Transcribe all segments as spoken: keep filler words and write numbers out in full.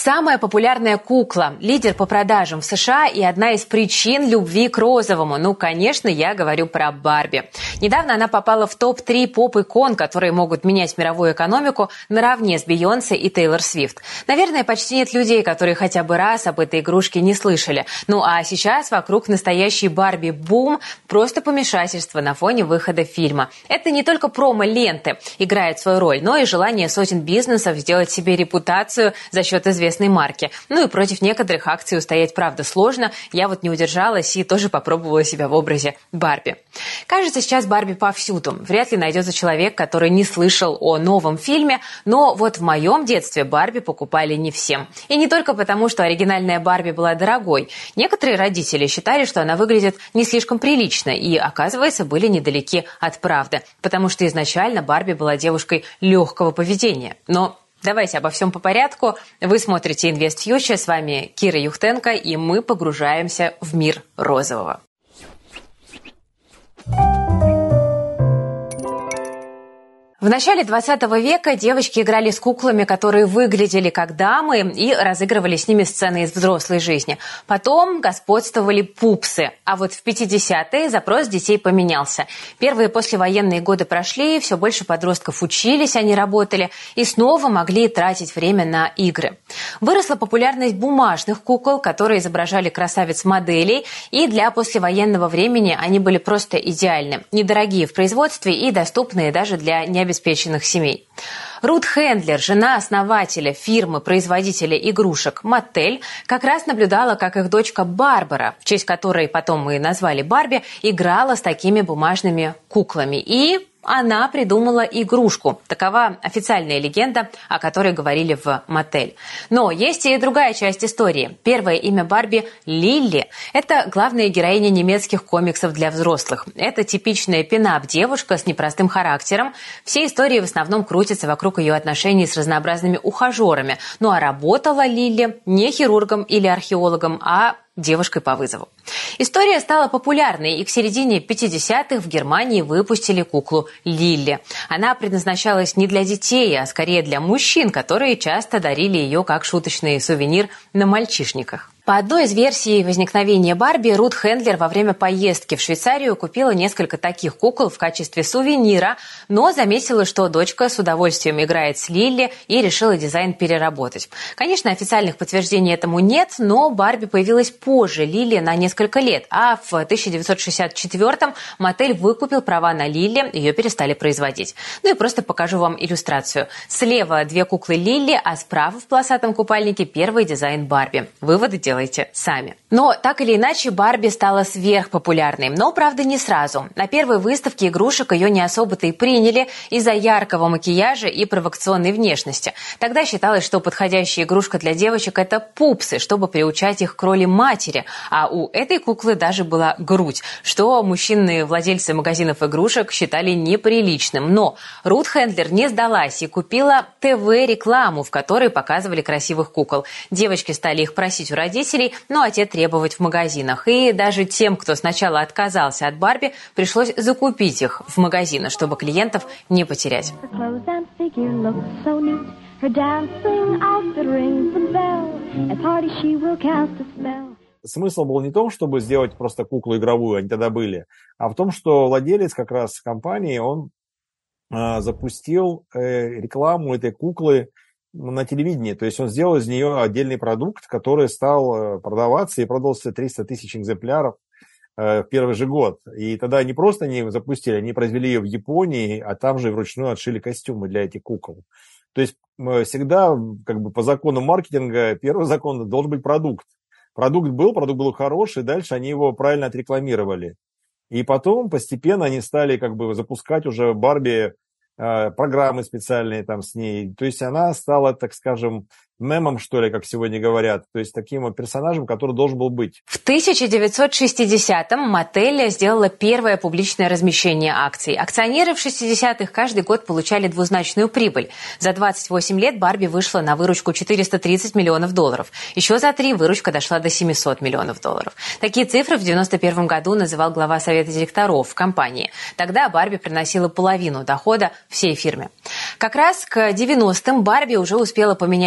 Самая популярная кукла, лидер по продажам в США и одна из причин любви к розовому. Ну, конечно, я говорю про Барби. Недавно она попала в топ три поп-икон, которые могут менять мировую экономику наравне с Бейонсе и Тейлор Свифт. Наверное, почти нет людей, которые хотя бы раз об этой игрушке не слышали. Ну, а сейчас вокруг настоящий Барби-бум, просто помешательство на фоне выхода фильма. Это не только промо-ленты играет свою роль, но и желание сотен бизнесов сделать себе репутацию за счет известных известной марки. Ну и против некоторых акций устоять, правда, сложно. Я вот не удержалась и тоже попробовала себя в образе Барби. Кажется, сейчас Барби повсюду. Вряд ли найдется человек, который не слышал о новом фильме, но вот в моем детстве Барби покупали не всем. И не только потому, что оригинальная Барби была дорогой. Некоторые родители считали, что она выглядит не слишком прилично и, оказывается, были недалеки от правды, потому что изначально Барби была девушкой легкого поведения. Но давайте обо всем по порядку. Вы смотрите Invest Future, с вами Кира Юхтенко, и мы погружаемся в мир розового. В начале двадцатого века девочки играли с куклами, которые выглядели как дамы, и разыгрывали с ними сцены из взрослой жизни. Потом господствовали пупсы. А вот в пятидесятые запрос детей поменялся. Первые послевоенные годы прошли, все больше подростков учились, они работали, и снова могли тратить время на игры. Выросла популярность бумажных кукол, которые изображали красавиц-моделей, и для послевоенного времени они были просто идеальны. Недорогие в производстве и доступные даже для необеспеченных обеспеченных семей. Рут Хендлер, жена основателя фирмы-производителя игрушек Mattel, как раз наблюдала, как их дочка Барбара, в честь которой потом мы назвали Барби, играла с такими бумажными куклами. И она придумала игрушку. Такова официальная легенда, о которой говорили в Mattel. Но есть и другая часть истории. Первое имя Барби – Лилли. Это главная героиня немецких комиксов для взрослых. Это типичная пин-ап-девушка с непростым характером. Все истории в основном крутятся вокруг ее отношений с разнообразными ухажерами. Ну а работала Лилли не хирургом или археологом, а девушкой по вызову. История стала популярной, и к середине пятидесятых в Германии выпустили куклу Лилли. Она предназначалась не для детей, а скорее для мужчин, которые часто дарили ее как шуточный сувенир на мальчишниках. По одной из версий возникновения Барби, Рут Хендлер во время поездки в Швейцарию купила несколько таких кукол в качестве сувенира, но заметила, что дочка с удовольствием играет с Лилли, и решила дизайн переработать. Конечно, официальных подтверждений этому нет, но Барби появилась позже Лилли на несколько лет, а в тысяча девятьсот шестьдесят четвёртом Mattel выкупил права на Лилли, ее перестали производить. Ну и просто покажу вам иллюстрацию. Слева две куклы Лилли, а справа в полосатом купальнике первый дизайн Барби. Выводы делайте делайте сами. Но так или иначе Барби стала сверхпопулярной, но, правда, не сразу. На первой выставке игрушек ее не особо-то и приняли из-за яркого макияжа и провокационной внешности. Тогда считалось, что подходящая игрушка для девочек – это пупсы, чтобы приучать их к роли матери, а у этой куклы даже была грудь, что мужчины-владельцы магазинов игрушек считали неприличным. Но Рут Хендлер не сдалась и купила ТВ-рекламу, в которой показывали красивых кукол. Девочки стали их просить у родителей, ну а те требовать в магазинах. И даже тем, кто сначала отказался от Барби, пришлось закупить их в магазинах, чтобы клиентов не потерять. Смысл был не в том, чтобы сделать просто куклу игровую, они тогда были, а в том, что владелец как раз компании, он э, запустил э, рекламу этой куклы на телевидении. То есть он сделал из нее отдельный продукт, который стал продаваться и продался триста тысяч экземпляров э, в первый же год. И тогда они просто не запустили, они произвели ее в Японии, а там же вручную отшили костюмы для этих кукол. То есть всегда, как бы по закону маркетинга, первый закон должен быть продукт. Продукт был, продукт был хороший, дальше они его правильно отрекламировали. И потом постепенно они стали как бы запускать уже Барби программы специальные там с ней. То есть она стала, так скажем, мемом, что ли, как сегодня говорят. То есть таким вот персонажем, который должен был быть. В тысяча девятьсот шестидесятом Mattel сделала первое публичное размещение акций. Акционеры в шестидесятых каждый год получали двузначную прибыль. За двадцать восемь лет Барби вышла на выручку четыреста тридцать миллионов долларов. Еще за три выручка дошла до семьсот миллионов долларов. Такие цифры в девяносто первом году называл глава совета директоров компании. Тогда Барби приносила половину дохода всей фирме. Как раз к девяностым Барби уже успела поменять внешность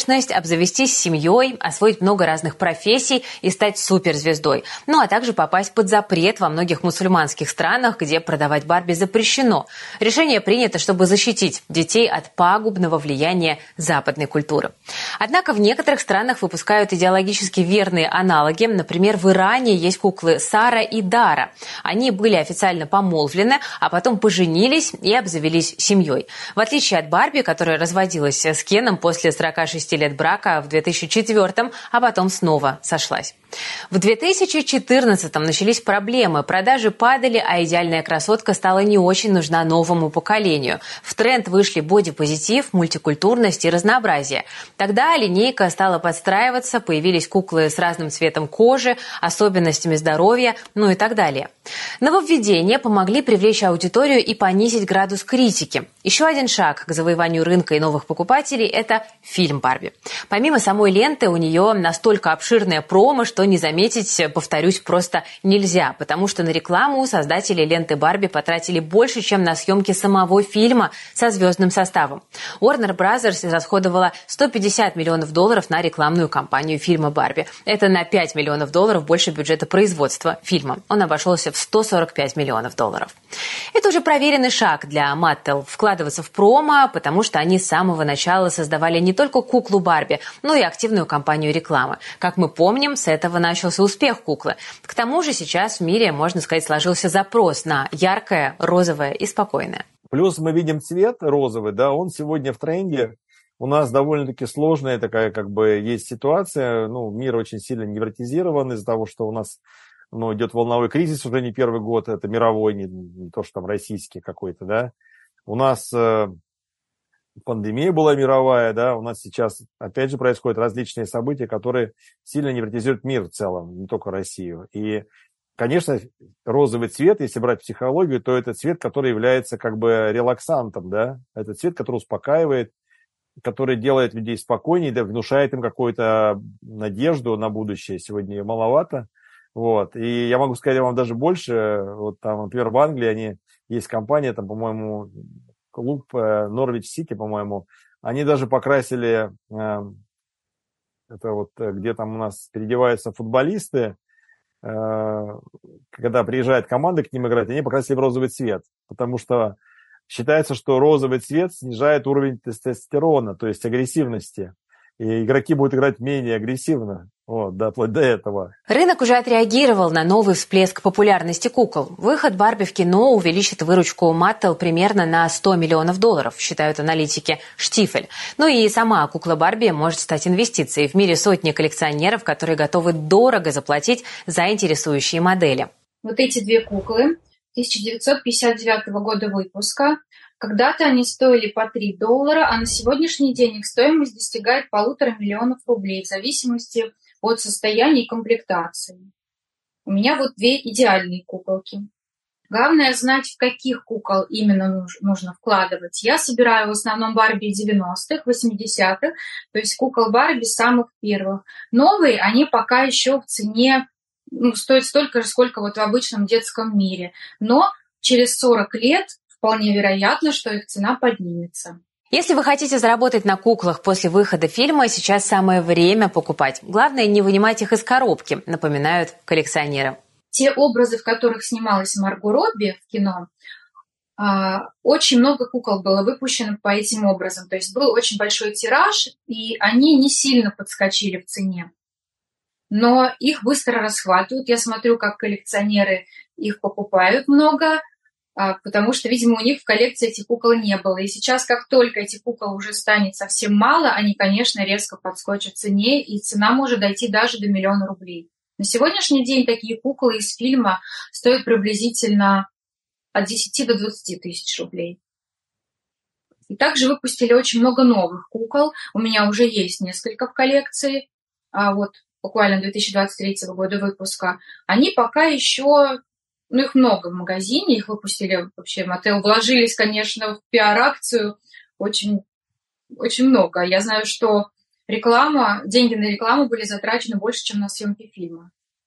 внешность, обзавестись семьей, освоить много разных профессий и стать суперзвездой. Ну а также попасть под запрет во многих мусульманских странах, где продавать Барби запрещено. Решение принято, чтобы защитить детей от пагубного влияния западной культуры. Однако в некоторых странах выпускают идеологически верные аналоги. Например, в Иране есть куклы Сара и Дара. Они были официально помолвлены, а потом поженились и обзавелись семьей. В отличие от Барби, которая разводилась с Кеном после сорока шести лет брака в две тысячи четвёртом, а потом снова сошлась. В две тысячи четырнадцатом начались проблемы. Продажи падали, а идеальная красотка стала не очень нужна новому поколению. В тренд вышли бодипозитив, мультикультурность и разнообразие. Тогда линейка стала подстраиваться, появились куклы с разным цветом кожи, особенностями здоровья, ну и так далее. Нововведения помогли привлечь аудиторию и понизить градус критики. Еще один шаг к завоеванию рынка и новых покупателей – это фильм «Барби». Помимо самой ленты, у нее настолько обширная промо, что не заметить, повторюсь, просто нельзя, потому что на рекламу создатели ленты «Барби» потратили больше, чем на съемки самого фильма со звездным составом. Warner Brothers расходовала сто пятьдесят миллионов долларов на рекламную кампанию фильма «Барби». Это на пять миллионов долларов больше бюджета производства фильма. Он обошелся в сто сорок пять миллионов долларов. Это уже проверенный шаг для Mattel – вкладываться в промо, потому что они с самого начала создавали не только куклу Барби, но и активную кампанию рекламы. Как мы помним, с этого начался успех куклы. К тому же сейчас в мире, можно сказать, сложился запрос на яркое, розовое и спокойное. Плюс мы видим цвет розовый, да, он сегодня в тренде. У нас довольно-таки сложная такая, как бы, есть ситуация. Ну, мир очень сильно невротизирован из-за того, что у нас, ну, идет волновой кризис уже не первый год, это мировой, не, не то, что там российский какой-то, да. У нас э, пандемия была мировая, да, у нас сейчас, опять же, происходят различные события, которые сильно невротизируют мир в целом, не только Россию. И, конечно, розовый цвет, если брать психологию, то это цвет, который является как бы релаксантом, да, это цвет, который успокаивает, который делает людей спокойнее, да, внушает им какую-то надежду на будущее. Сегодня ее маловато. Вот. И я могу сказать вам даже больше. Вот там, например, в Англии они, есть компания, там, по-моему, клуб Норвич Сити, по-моему, они даже покрасили, э, это вот где там у нас переодеваются футболисты, э, когда приезжает команда к ним играть, они покрасили в розовый цвет, потому что считается, что розовый цвет снижает уровень тестостерона, то есть агрессивности. И игроки будут играть менее агрессивно. Вот, да, вплоть до этого. Рынок уже отреагировал на новый всплеск популярности кукол. Выход Барби в кино увеличит выручку Mattel примерно на сто миллионов долларов, считают аналитики Штифель. Ну и сама кукла Барби может стать инвестицией. В мире сотни коллекционеров, которые готовы дорого заплатить за интересующие модели. Вот эти две куклы тысяча девятьсот пятьдесят девятого года выпуска. Когда-то они стоили по три доллара, а на сегодняшний день их стоимость достигает полутора миллионов рублей в зависимости от состояния и комплектации. У меня вот две идеальные куколки. Главное знать, в каких кукол именно нужно вкладывать. Я собираю в основном Барби девяностых, восьмидесятых, то есть кукол Барби самых первых. Новые, они пока еще в цене, ну, стоят столько же, сколько вот в обычном детском мире. Но через сорок лет вполне вероятно, что их цена поднимется. Если вы хотите заработать на куклах после выхода фильма, сейчас самое время покупать. Главное, не вынимать их из коробки, напоминают коллекционеры. Те образы, в которых снималась Марго Робби в кино, очень много кукол было выпущено по этим образам. То есть был очень большой тираж, и они не сильно подскочили в цене. Но их быстро расхватывают. Я смотрю, как коллекционеры их покупают много, потому что, видимо, у них в коллекции этих кукол не было. И сейчас, как только этих кукол уже станет совсем мало, они, конечно, резко подскочат в цене, и цена может дойти даже до миллиона рублей. На сегодняшний день такие куклы из фильма стоят приблизительно от десяти до двадцати тысяч рублей. И также выпустили очень много новых кукол. У меня уже есть несколько в коллекции. А вот буквально две тысячи двадцать третьего года выпуска. Они пока еще... Ну, их много в магазине, их выпустили вообще, Mattel вложились, конечно, в пиар-акцию очень, очень много. Я знаю, что реклама, деньги на рекламу были затрачены больше, чем на съемки фильма.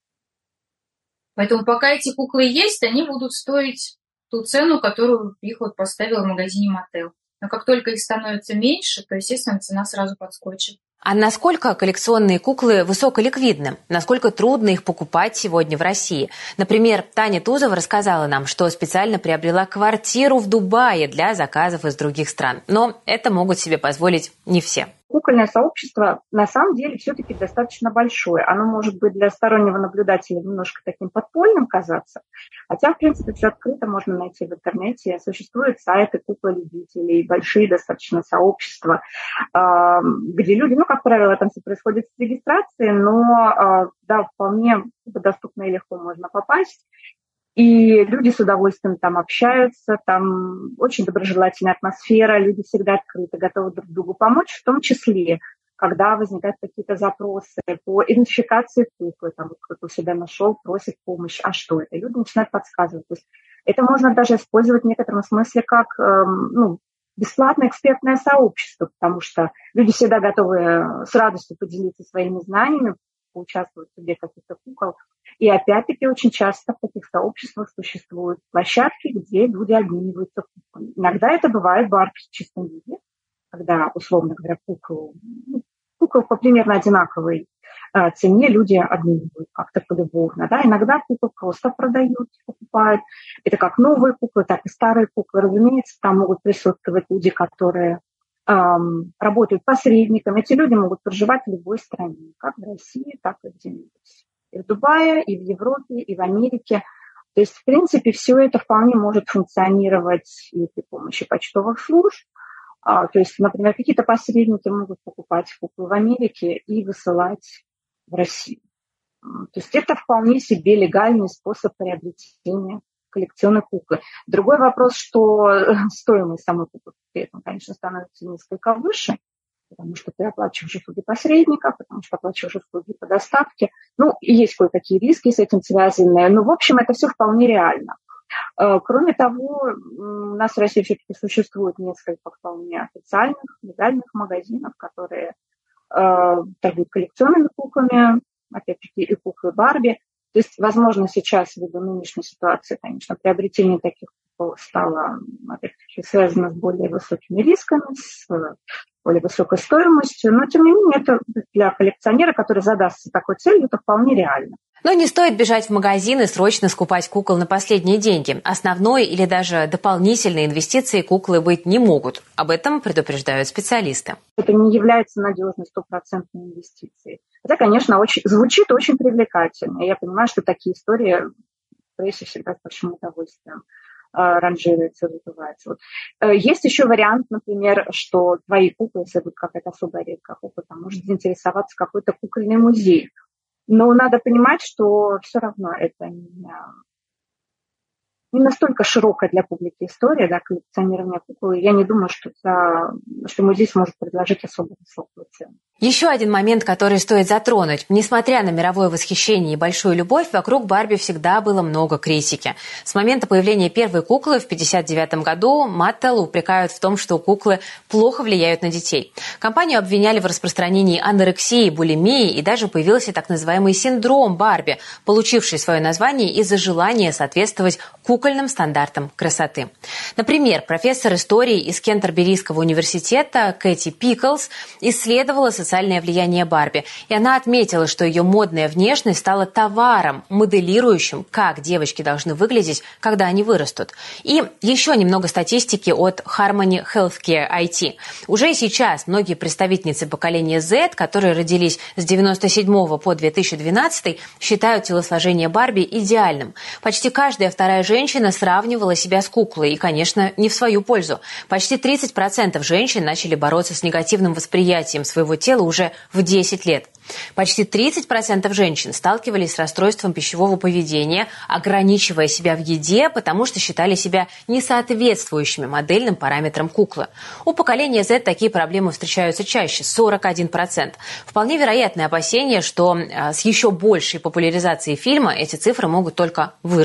Поэтому пока эти куклы есть, они будут стоить ту цену, которую их вот поставила в магазине Mattel. Но как только их становится меньше, то, естественно, цена сразу подскочит. А насколько коллекционные куклы высоколиквидны? Насколько трудно их покупать сегодня в России? Например, Таня Тузова рассказала нам, что специально приобрела квартиру в Дубае для заказов из других стран. Но это могут себе позволить не все. Кукольное сообщество на самом деле все-таки достаточно большое. Оно может быть для стороннего наблюдателя немножко таким подпольным казаться, хотя, в принципе, все открыто можно найти в интернете. Существуют сайты куклолюбителей, большие достаточно сообщества, где люди, ну, как правило, там все происходит с регистрацией, но, да, вполне доступно и легко можно попасть. И люди с удовольствием там общаются, там очень доброжелательная атмосфера, люди всегда открыты, готовы друг другу помочь, в том числе, когда возникают какие-то запросы по идентификации куклы, там кто-то себя нашел, просит помощь, а что это? Люди начинают подсказывать. То есть это можно даже использовать в некотором смысле как эм, ну, бесплатное экспертное сообщество, потому что люди всегда готовы с радостью поделиться своими знаниями, поучаствовать в суде каких-то кукол. И опять-таки очень часто в таких сообществах существуют площадки, где люди обмениваются куклами. Иногда это бывает бар в чистом виде, когда, условно говоря, кукол, кукол по примерно одинаковой э, цене люди обменивают как-то полюбовно. Да? Иногда кукол просто продают, покупают. Это как новые куклы, так и старые куклы. Разумеется, там могут присутствовать люди, которые эм, работают посредниками. Эти люди могут проживать в любой стране, как в России, так и где-нибудь. И в Дубае, и в Европе, и в Америке. То есть, в принципе, все это вполне может функционировать и при помощи почтовых служб. А, то есть, например, какие-то посредники могут покупать куклы в Америке и высылать в Россию. То есть это вполне себе легальный способ приобретения коллекционной куклы. Другой вопрос, что стоимость самой куклы при этом, конечно, становится несколько выше, потому что ты оплачиваешь услуги посредника, потому что оплачиваешь услуги по доставке. Ну, и есть кое-какие риски с этим связанные, но, в общем, это все вполне реально. Кроме того, у нас в России все-таки существует несколько вполне официальных, легальных магазинов, которые э, торгуют коллекционными куклами, опять-таки и куклы Барби. То есть, возможно, сейчас, ввиду нынешней ситуации, конечно, приобретение таких кукол стало, опять-таки, связано с более высокими рисками, с более высокой стоимостью, но, тем не менее, это для коллекционера, который задастся такой целью, это вполне реально. Но не стоит бежать в магазин и срочно скупать кукол на последние деньги. Основной или даже дополнительной инвестицией куклы быть не могут. Об этом предупреждают специалисты. Это не является надежной стопроцентной инвестицией. Это, конечно, очень, звучит очень привлекательно. Я понимаю, что такие истории в прессе всегда с большим удовольствием ранжируется, выбывается. Вот. Есть еще вариант, например, что твои куклы, если будет какая-то особая редкая кукла, там может заинтересоваться какой-то кукольный музей. Но надо понимать, что все равно это не, не настолько широкая для публики история, да, коллекционирование кукол. Я не думаю, что, это, что музей сможет предложить особо высокую цену. Еще один момент, который стоит затронуть. Несмотря на мировое восхищение и большую любовь, вокруг Барби всегда было много критики. С момента появления первой куклы в пятьдесят девятом году Маттел упрекают в том, что куклы плохо влияют на детей. Компанию обвиняли в распространении анорексии, булимии, и даже появился так называемый синдром Барби, получивший свое название из-за желания соответствовать кукольным стандартам красоты. Например, профессор истории из Кентерберийского университета Кэти Пиклс исследовала социальное влияние Барби, и она отметила, что ее модная внешность стала товаром, моделирующим, как девочки должны выглядеть, когда они вырастут. И еще немного статистики от Harmony Healthcare ай ти. Уже сейчас многие представительницы поколения Z, которые родились с девяносто седьмого по две тысячи двенадцатый, считают телосложение Барби идеальным. Почти каждая вторая женщина сравнивала себя с куклой, и, конечно, не в свою пользу. Почти тридцать процентов женщин начали бороться с негативным восприятием своего тела уже в десять лет. Почти тридцать процентов женщин сталкивались с расстройством пищевого поведения, ограничивая себя в еде, потому что считали себя несоответствующими модельным параметрам куклы. У поколения Z такие проблемы встречаются чаще – сорок один процент. Вполне вероятное опасение, что с еще большей популяризацией фильма эти цифры могут только вырасти.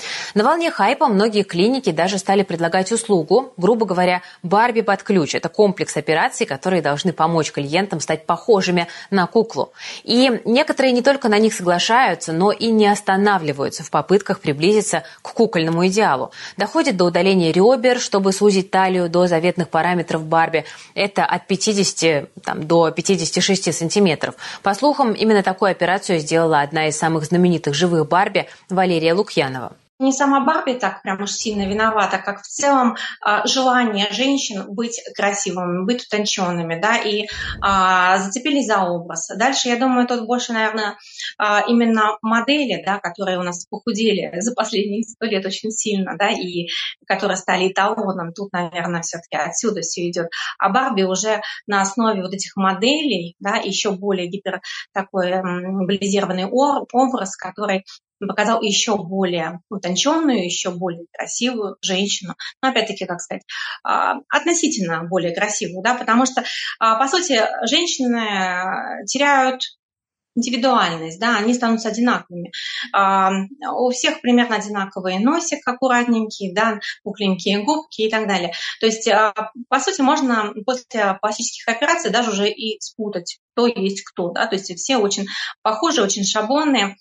На волне хайпа многие клиники даже стали предлагать услугу, грубо говоря, Барби под ключ. Это комплекс операций, которые должны помочь клиентам стать похожими на куклу. И некоторые не только на них соглашаются, но и не останавливаются в попытках приблизиться к кукольному идеалу. Доходит до удаления ребер, чтобы сузить талию до заветных параметров Барби. Это от пятидесяти там, до пятидесяти шести сантиметров. По слухам, именно такую операцию сделала одна из самых знаменитых живых Барби Валерия Лукьянова. Не сама Барби так прям уж сильно виновата, как в целом а, желание женщин быть красивыми, быть утонченными, да, и а, зацепились за образ. Дальше, я думаю, тут больше, наверное, а, именно модели, да, которые у нас похудели за последние сто лет очень сильно, да, и которые стали эталоном. Тут, наверное, все-таки отсюда все идет. А Барби уже на основе вот этих моделей, да, еще более гипер такой м, близированный образ, который показал еще более утонченную, еще более красивую женщину. Но опять-таки, как сказать, относительно более красивую, да, потому что, по сути, женщины теряют индивидуальность, да, они становятся одинаковыми. У всех примерно одинаковый носик, аккуратненький, да, пухленькие губки и так далее. То есть, по сути, можно после пластических операций даже уже и спутать, кто есть кто, да, то есть все очень похожи, очень шаблонные.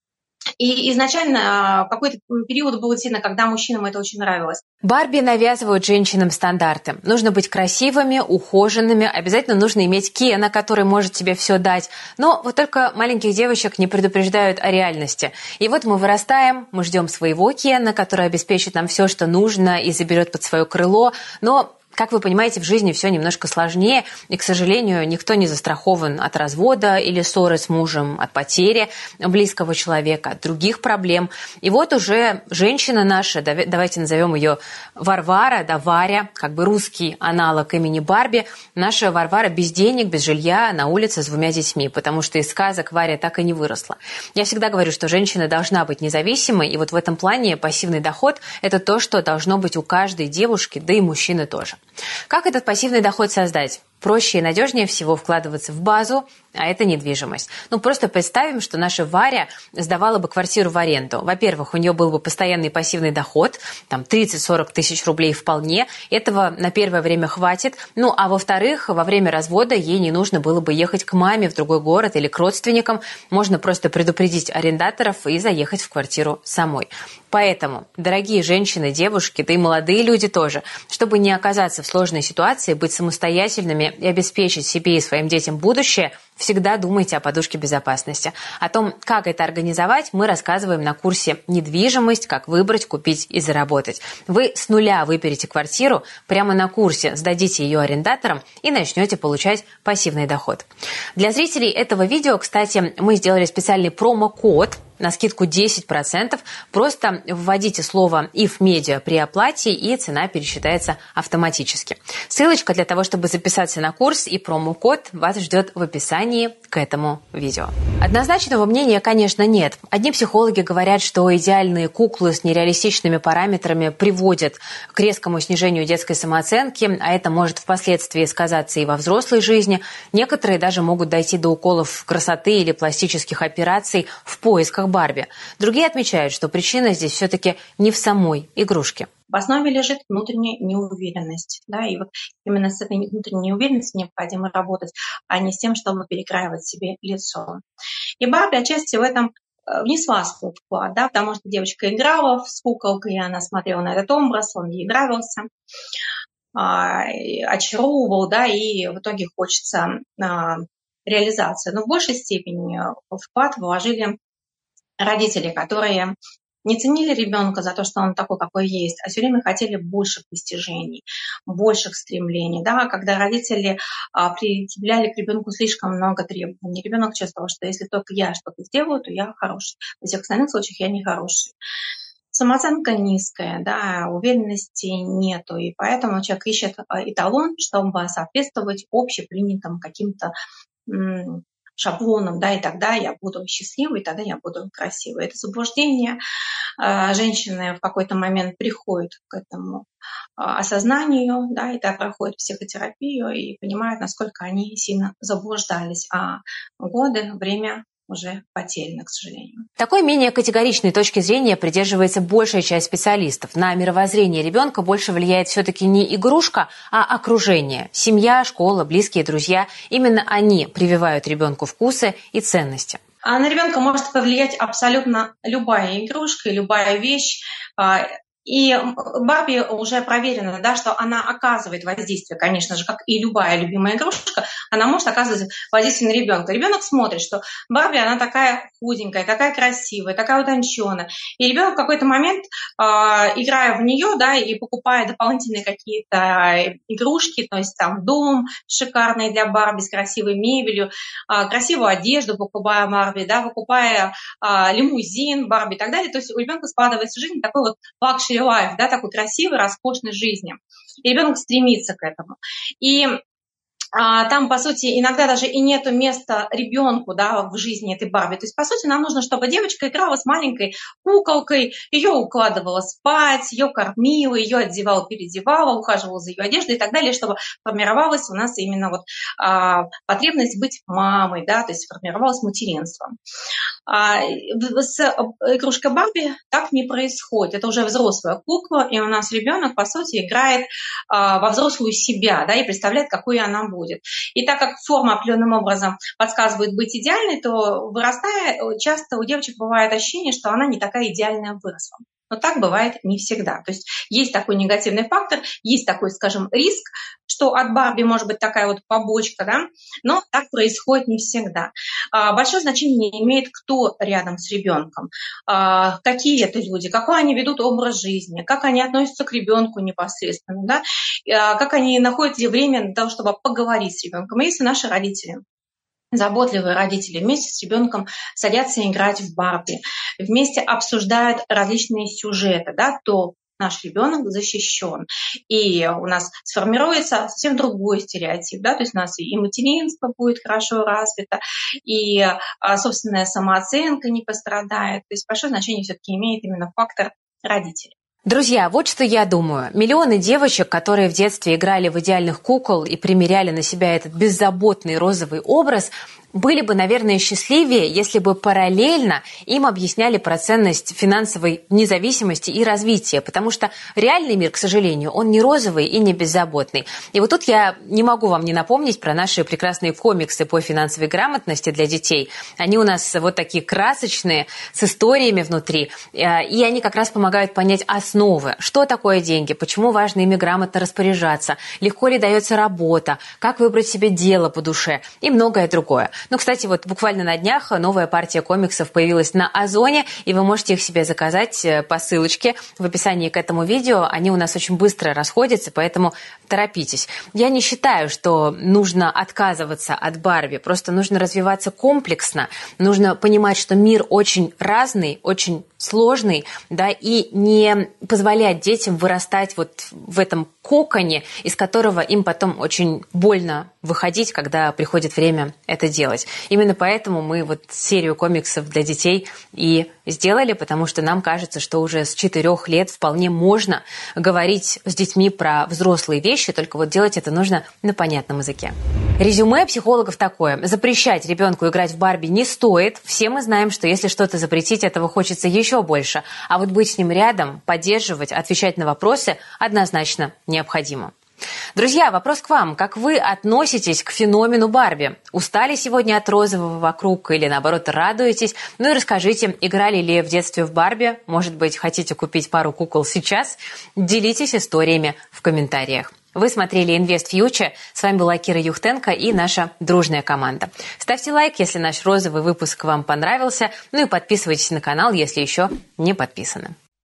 И изначально какой-то период был сильно, когда мужчинам это очень нравилось. Барби навязывают женщинам стандарты. Нужно быть красивыми, ухоженными, обязательно нужно иметь Кена, который может тебе все дать. Но вот только маленьких девочек не предупреждают о реальности. И вот мы вырастаем, мы ждем своего Кена, который обеспечит нам все, что нужно, и заберет под свое крыло. Но как вы понимаете, в жизни все немножко сложнее, и, к сожалению, никто не застрахован от развода или ссоры с мужем, от потери близкого человека, от других проблем. И вот уже женщина наша, давайте назовем ее Варвара, да, Варя, как бы русский аналог имени Барби, наша Варвара без денег, без жилья, на улице с двумя детьми, потому что из сказок Варя так и не выросла. Я всегда говорю, что женщина должна быть независимой, и вот в этом плане пассивный доход – это то, что должно быть у каждой девушки, да и мужчины тоже. Как этот пассивный доход создать? Проще и надежнее всего вкладываться в базу, а это недвижимость. Ну, просто представим, что наша Варя сдавала бы квартиру в аренду. Во-первых, у нее был бы постоянный пассивный доход, там тридцать-сорок тысяч рублей вполне. Этого на первое время хватит. Ну, а во-вторых, во время развода ей не нужно было бы ехать к маме в другой город или к родственникам. Можно просто предупредить арендаторов и заехать в квартиру самой. Поэтому, дорогие женщины, девушки, да и молодые люди тоже, чтобы не оказаться в сложной ситуации, быть самостоятельными и обеспечить себе и своим детям будущее, всегда думайте о подушке безопасности. О том, как это организовать, мы рассказываем на курсе «Недвижимость. Как выбрать, купить и заработать». Вы с нуля выберете квартиру, прямо на курсе сдадите ее арендаторам и начнете получать пассивный доход. Для зрителей этого видео, кстати, мы сделали специальный промокод на скидку десять процентов. Просто вводите слово «ай эф медиа» при оплате, и цена пересчитается автоматически. Ссылочка для того, чтобы записаться на курс, и промокод вас ждет в описании к этому видео. Однозначного мнения, конечно, нет. Одни психологи говорят, что идеальные куклы с нереалистичными параметрами приводят к резкому снижению детской самооценки, а это может впоследствии сказаться и во взрослой жизни. Некоторые даже могут дойти до уколов красоты или пластических операций в поисках Барби. Другие отмечают, что причина здесь все-таки не в самой игрушке. В основе лежит внутренняя неуверенность. Да, и вот именно с этой внутренней неуверенностью необходимо работать, а не с тем, чтобы перекраивать себе лицо. И Барби отчасти в этом внесла свой вклад, да, потому что девочка играла с куколкой, она смотрела на этот образ, он ей нравился, очаровывал, да, и в итоге хочется реализации. Но в большей степени вклад вложили родители, которые не ценили ребенка за то, что он такой, какой есть, а все время хотели больших достижений, больших стремлений. Да? Когда родители а, предъявляли к ребенку слишком много требований, ребенок чувствовал, что если только я что-то сделаю, то я хороший. Во всех остальных случаях я не хороший. Самооценка низкая, да, уверенности нету, и поэтому человек ищет эталон, чтобы соответствовать общепринятым каким-то м- шаблоном, да, и тогда я буду счастливой, и тогда я буду красивой. Это заблуждение. Женщины в какой-то момент приходят к этому осознанию, да, и тогда проходят психотерапию и понимают, насколько они сильно заблуждались. А годы, время уже потеряно, к сожалению. Такой менее категоричной точки зрения придерживается большая часть специалистов. На мировоззрение ребенка больше влияет все-таки не игрушка, а окружение. Семья, школа, близкие, друзья. Именно они прививают ребенку вкусы и ценности. А на ребенка может повлиять абсолютно любая игрушка, любая вещь. И Барби уже проверено, да, что она оказывает воздействие, конечно же, как и любая любимая игрушка, она может оказывать воздействие на ребенка. Ребенок смотрит, что Барби, она такая худенькая, такая красивая, такая утонченная. И ребенок в какой-то момент, играя в нее, да, и покупая дополнительные какие-то игрушки, то есть там дом шикарный для Барби с красивой мебелью, красивую одежду покупая Барби, да, покупая лимузин Барби и так далее. То есть у ребенка складывается в жизни такой вот лакшери лайф, да, такой красивой, роскошной жизни. И ребенок стремится к этому. И а, там, по сути, иногда даже и нету места ребенку, да, в жизни этой Барби. То есть, по сути, нам нужно, чтобы девочка играла с маленькой куколкой, ее укладывала спать, ее кормила, ее одевала, переодевала, ухаживала за ее одеждой и так далее, чтобы формировалась у нас именно вот а, потребность быть мамой, да, то есть формировалось материнство. А с игрушкой Барби так не происходит. Это уже взрослая кукла, и у нас ребенок, по сути, играет а, во взрослую себя, да, и представляет, какой она будет. И так как форма определенным образом подсказывает быть идеальной, то вырастая, часто у девочек бывает ощущение, что она не такая идеальная выросла. Но так бывает не всегда. То есть есть такой негативный фактор, есть такой, скажем, риск, что от Барби может быть такая вот побочка, да, но так происходит не всегда. Большое значение имеет, кто рядом с ребенком, какие это люди, какой они ведут образ жизни, как они относятся к ребенку непосредственно, да, как они находят время для того, чтобы поговорить с ребенком. И если наши родители, заботливые родители, вместе с ребенком садятся играть в Барби, вместе обсуждают различные сюжеты, да, то наш ребенок защищен. И у нас сформируется совсем другой стереотип, да, то есть у нас и материнство будет хорошо развито, и собственная самооценка не пострадает. То есть большое значение все-таки имеет именно фактор родителей. Друзья, вот что я думаю. Миллионы девочек, которые в детстве играли в идеальных кукол и примеряли на себя этот беззаботный розовый образ, были бы, наверное, счастливее, если бы параллельно им объясняли про ценность финансовой независимости и развития, потому что реальный мир, к сожалению, он не розовый и не беззаботный. И вот тут я не могу вам не напомнить про наши прекрасные комиксы по финансовой грамотности для детей. Они у нас вот такие красочные, с историями внутри, и они как раз помогают понять основы, что такое деньги, почему важно ими грамотно распоряжаться, легко ли дается работа, как выбрать себе дело по душе и многое другое. Ну, кстати, вот буквально на днях новая партия комиксов появилась на Озоне, и вы можете их себе заказать по ссылочке в описании к этому видео. Они у нас очень быстро расходятся, поэтому торопитесь. Я не считаю, что нужно отказываться от Барби, просто нужно развиваться комплексно, нужно понимать, что мир очень разный, очень сложный, да, и не позволять детям вырастать вот в этом коконе, из которого им потом очень больно выходить, когда приходит время это делать. Именно поэтому мы вот серию комиксов для детей и сделали, потому что нам кажется, что уже с четырех лет вполне можно говорить с детьми про взрослые вещи, только вот делать это нужно на понятном языке. Резюме психологов такое. Запрещать ребенку играть в Барби не стоит. Все мы знаем, что если что-то запретить, этого хочется еще больше. А вот быть с ним рядом, поддерживать, отвечать на вопросы однозначно необходимо. Друзья, вопрос к вам. Как вы относитесь к феномену Барби? Устали сегодня от розового вокруг или, наоборот, радуетесь? Ну и расскажите, играли ли в детстве в Барби? Может быть, хотите купить пару кукол сейчас? Делитесь историями в комментариях. Вы смотрели Invest Future. С вами была Кира Юхтенко и наша дружная команда. Ставьте лайк, если наш розовый выпуск вам понравился. Ну и подписывайтесь на канал, если еще не подписаны.